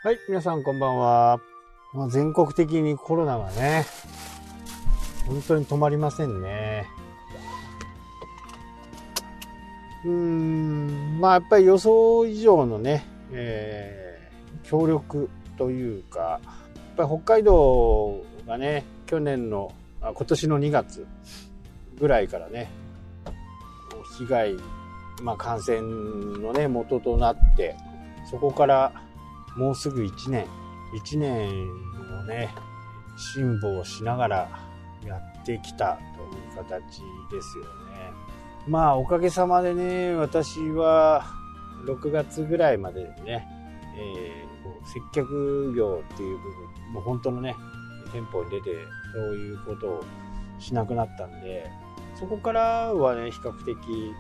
はい、皆さんこんばんは。全国的にコロナがね、本当に止まりませんね。やっぱり予想以上のね、協力というか、やっぱり北海道がね、今年の2月ぐらいからね、被害、感染のね、元となって、そこからもうすぐ1年をね、辛抱しながらやってきたという形ですよね。おかげさまでね、私は6月ぐらいまでね、接客業っていう部分、もう本当のね、店舗に出てそういうことをしなくなったんで、そこからはね、比較的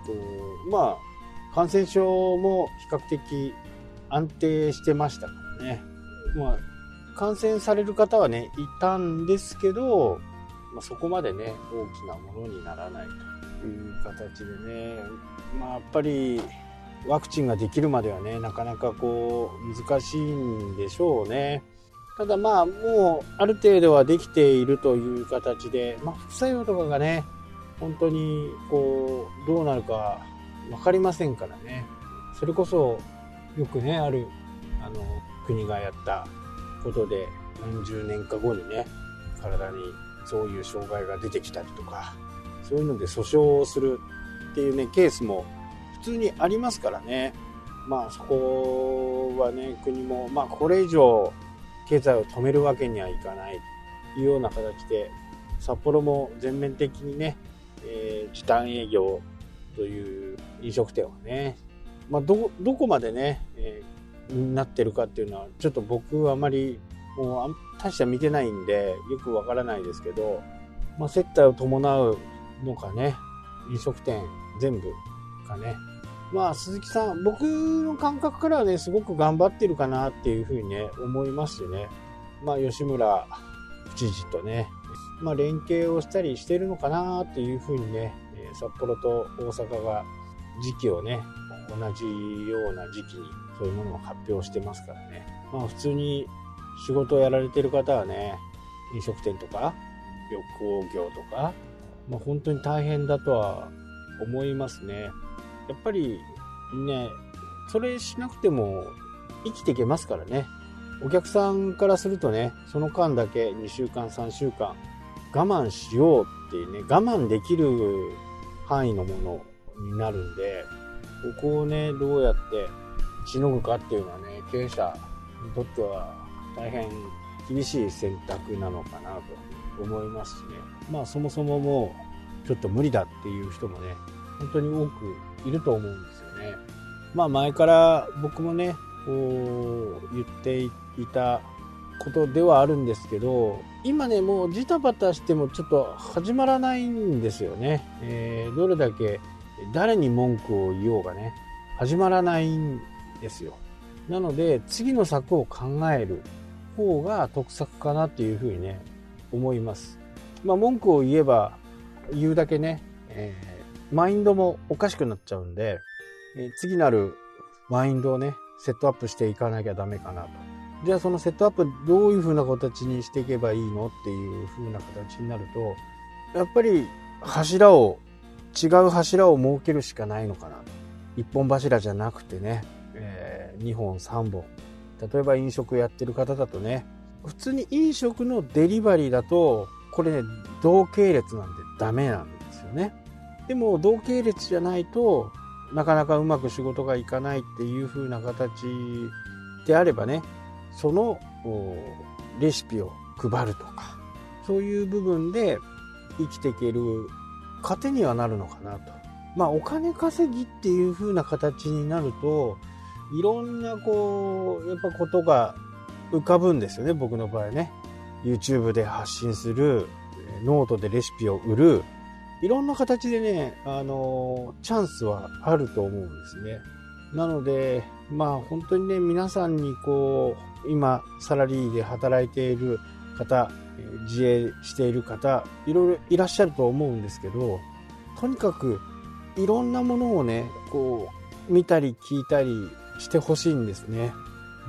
感染症も比較的安定してましたからね。感染される方はね、いたんですけど、そこまでね、大きなものにならないという形でね、やっぱりワクチンができるまではね、なかなか難しいんでしょうね。ただもうある程度はできているという形で、副作用とかがね、本当にどうなるか分かりませんからね。それこそよくね、ある国がやったことで何十年か後にね、体にそういう障害が出てきたりとか、そういうので訴訟をするっていうね、ケースも普通にありますからね。そこはね、国もこれ以上経済を止めるわけにはいかないというような形で、札幌も全面的にね、時短営業という飲食店はね、どこまでね、なってるかっていうのはちょっと僕はあまりもう大して見てないんでよくわからないですけど、接待を伴うのかね、飲食店全部かね、鈴木さん、僕の感覚からはね、すごく頑張ってるかなっていうふうにね、思いますしね。吉村知事とね、連携をしたりしてるのかなっていうふうにね、札幌と大阪が時期をね、同じような時期にそういうものを発表してますからね。普通に仕事をやられてる方はね、飲食店とか旅行業とか、本当に大変だとは思いますね。やっぱりね、それしなくても生きていけますからね。お客さんからするとね、その間だけ2週間3週間我慢しようっていうね、我慢できる範囲のものになるんで、ここをね、どうやってしのぐかっていうのはね、経営者にとっては大変厳しい選択なのかなと思いますしね。そもそももうちょっと無理だっていう人もね、本当に多くいると思うんですよね。前から僕もね、言っていたことではあるんですけど、今ね、もうジタバタしてもちょっと始まらないんですよね。どれだけ誰に文句を言おうがね、始まらないんですよ。なので次の策を考える方が得策かなっていうふうにね、思います。文句を言えば言うだけね、マインドもおかしくなっちゃうんで、次なるマインドをね、セットアップしていかなきゃダメかなと。じゃあそのセットアップどういう風な形にしていけばいいのっていう風な形になると、やっぱり違う柱を設けるしかないのかなと。一本柱じゃなくてね、2本3本。例えば飲食やってる方だとね、普通に飲食のデリバリーだとこれね、同系列なんでダメなんですよね。でも同系列じゃないとなかなかうまく仕事がいかないっていう風な形であればね、そのレシピを配るとか、そういう部分で生きていける糧にはなるのかなと。お金稼ぎっていう風な形になると、いろんなやっぱことが浮かぶんですよね、僕の場合ね。YouTube で発信する、ノートでレシピを売る、いろんな形でね、チャンスはあると思うんですね。なので、本当にね、皆さんに今サラリーで働いている方、自営している方、いろいろいらっしゃると思うんですけど、とにかくいろんなものをね、見たり聞いたりしてほしいんですね。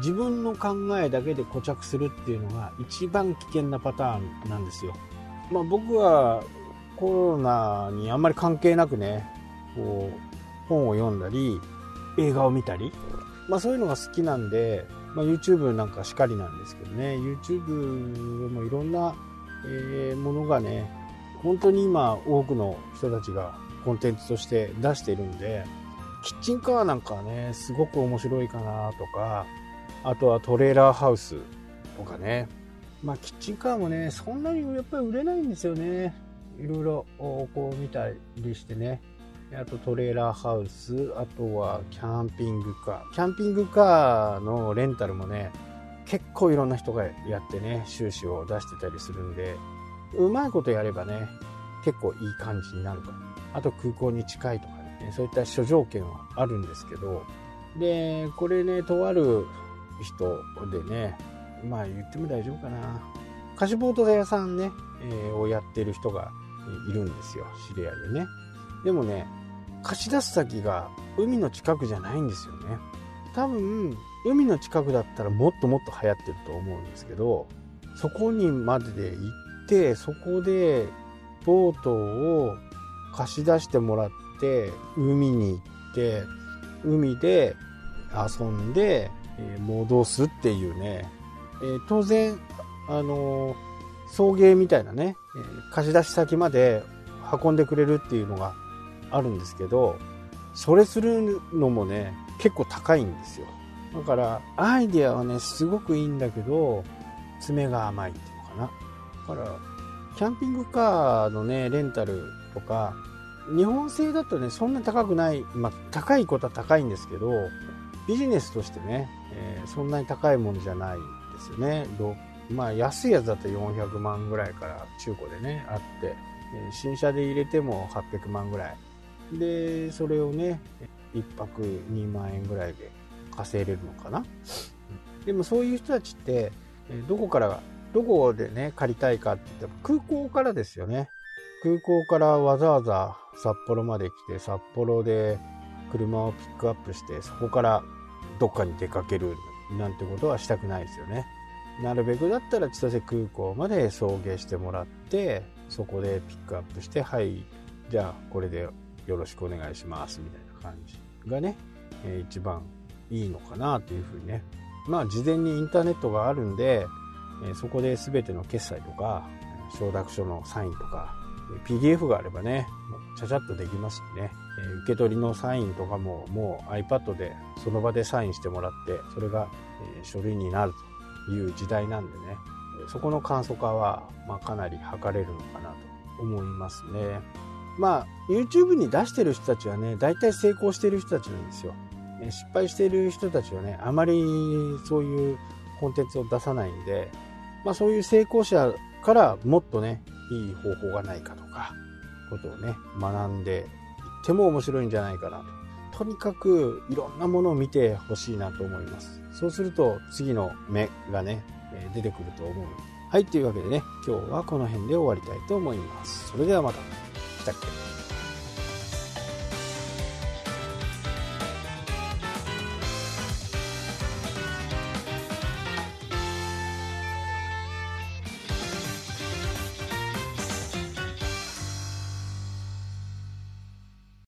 自分の考えだけで固着するっていうのが一番危険なパターンなんですよ。僕はコロナにあんまり関係なくね、こう本を読んだり映画を見たり、そういうのが好きなんで、YouTube なんかしかりなんですけどね、 YouTube もいろんな、ものがね、本当に今多くの人たちがコンテンツとして出しているんで、キッチンカーなんかはねすごく面白いかなとか、あとはトレーラーハウスとかね、キッチンカーもねそんなにやっぱり売れないんですよね。いろいろこう見たりしてね。あとトレーラーハウス、あとはキャンピングカーのレンタルもね結構いろんな人がやってね収支を出してたりするんで、うまいことやればね結構いい感じになるから。あと空港に近いとかね、そういった諸条件はあるんですけど、でこれねとある人でね、言っても大丈夫かな、貸しボート屋さんね、をやってる人がいるんですよ、知り合いでね。でもね貸し出す先が海の近くじゃないんですよね。多分海の近くだったらもっともっと流行ってると思うんですけど、そこにまで行ってそこでボートを貸し出してもらって海に行って海で遊んで戻すっていうね、当然送迎みたいなね、貸し出し先まで運んでくれるっていうのがあるんですけど、それするのもね結構高いんですよ。だからアイデアはねすごくいいんだけど爪が甘いっていうのかな。だからキャンピングカーのねレンタルとか日本製だとねそんな高くない、高いことは高いんですけど、ビジネスとしてね、そんなに高いものじゃないんですよね。安いやつだと400万ぐらいから中古でねあって、新車で入れても800万ぐらいで、それをね1泊2万円ぐらいで稼いれるのかな。でもそういう人たちってどこでね借りたいかって言っても空港からですよね。空港からわざわざ札幌まで来て、札幌で車をピックアップしてそこからどっかに出かけるなんてことはしたくないですよね。なるべくだったら千歳空港まで送迎してもらって、そこでピックアップして、はいじゃあこれでよろしくお願いしますみたいな感じがね、一番いいのかなというふうにね。事前にインターネットがあるんで、そこで全ての決済とか承諾書のサインとか PDF があればねちゃちゃっとできますしね、受け取りのサインとかももう iPad でその場でサインしてもらって、それが書類になるという時代なんでね、そこの簡素化はかなり図れるのかなと思いますね。YouTube に出してる人たちはね大体成功してる人たちなんですよ。失敗している人たちはねあまりそういうコンテンツを出さないんで、そういう成功者からもっとねいい方法がないかとかことをね学んでいっても面白いんじゃないかなと。とにかくいろんなものを見てほしいなと思います。そうすると次の目がね出てくると思う。はい、というわけでね今日はこの辺で終わりたいと思います。それではまた。したっけ。